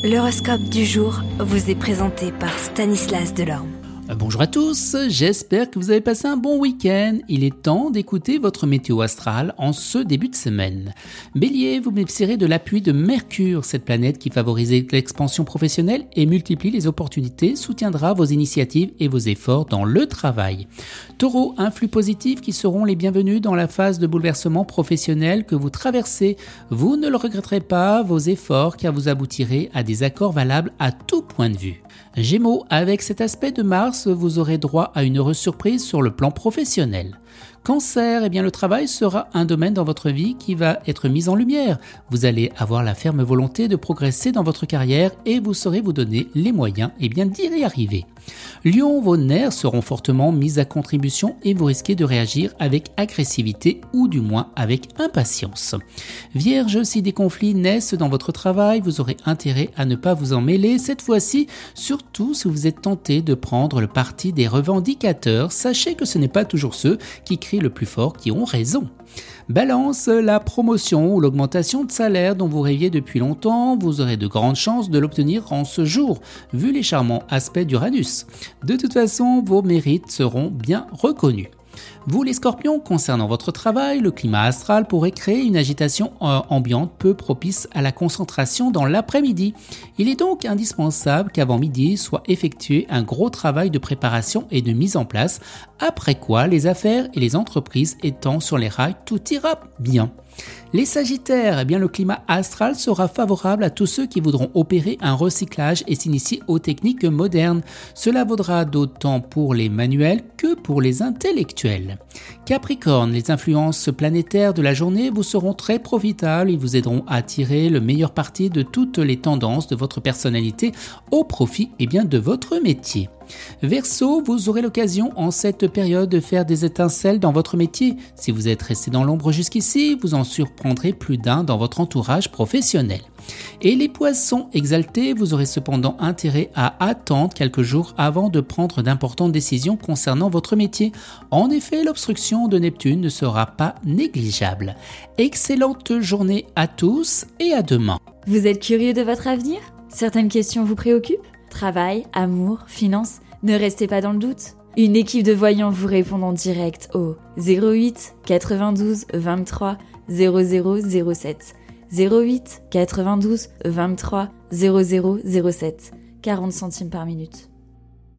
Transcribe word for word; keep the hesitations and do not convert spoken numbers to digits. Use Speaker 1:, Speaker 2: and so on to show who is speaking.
Speaker 1: L'horoscope du jour vous est présenté par Stanislas Delorme.
Speaker 2: Bonjour à tous, j'espère que vous avez passé un bon week-end. Il est temps d'écouter votre météo astrale en ce début de semaine. Bélier, vous bénéficierez de l'appui de Mercure, cette planète qui favorise l'expansion professionnelle et multiplie les opportunités, soutiendra vos initiatives et vos efforts dans le travail. Taureau, influx positifs qui seront les bienvenus dans la phase de bouleversement professionnel que vous traversez. Vous ne le regretterez pas, vos efforts, car vous aboutirez à des accords valables à tout point de vue. Gémeaux, avec cet aspect de Mars, vous aurez droit à une heureuse surprise sur le plan professionnel. Cancer, eh bien le travail sera un domaine dans votre vie qui va être mis en lumière. Vous allez avoir la ferme volonté de progresser dans votre carrière et vous saurez vous donner les moyens eh bien, d'y arriver. Lion, vos nerfs seront fortement mis à contribution et vous risquez de réagir avec agressivité ou du moins avec impatience. Vierge, si des conflits naissent dans votre travail, vous aurez intérêt à ne pas vous en mêler cette fois-ci, surtout si vous êtes tenté de prendre le parti des revendicateurs. Sachez que ce n'est pas toujours ceux qui crient le plus fort qui ont raison. Balance, la promotion ou l'augmentation de salaire dont vous rêviez depuis longtemps, vous aurez de grandes chances de l'obtenir en ce jour, vu les charmants aspects d'Uranus. De toute façon, vos mérites seront bien reconnus. Vous les scorpions, concernant votre travail, le climat astral pourrait créer une agitation ambiante peu propice à la concentration dans l'après-midi. Il est donc indispensable qu'avant midi soit effectué un gros travail de préparation et de mise en place, après quoi les affaires et les entreprises étant sur les rails, tout ira bien. Les Sagittaires, eh bien le climat astral sera favorable à tous ceux qui voudront opérer un recyclage et s'initier aux techniques modernes. Cela vaudra d'autant pour les manuels que pour les intellectuels. Capricorne, les influences planétaires de la journée vous seront très profitables. Ils vous aideront à tirer le meilleur parti de toutes les tendances de votre personnalité au profit eh bien, de votre métier. Verseau, vous aurez l'occasion en cette période de faire des étincelles dans votre métier. Si vous êtes resté dans l'ombre jusqu'ici, vous en surprendrez plus d'un dans votre entourage professionnel. Et les poissons exaltés, vous aurez cependant intérêt à attendre quelques jours avant de prendre d'importantes décisions concernant votre métier. En effet, l'obstruction de Neptune ne sera pas négligeable. Excellente journée à tous et à demain.
Speaker 3: Vous êtes curieux de votre avenir ? Certaines questions vous préoccupent ? Travail, amour, finances, ne restez pas dans le doute. Une équipe de voyants vous répond en direct au zéro huit quatre-vingt-douze vingt-trois zéro zéro zéro sept, zéro huit quatre-vingt-douze vingt-trois zéro zéro zéro sept, quarante centimes par minute.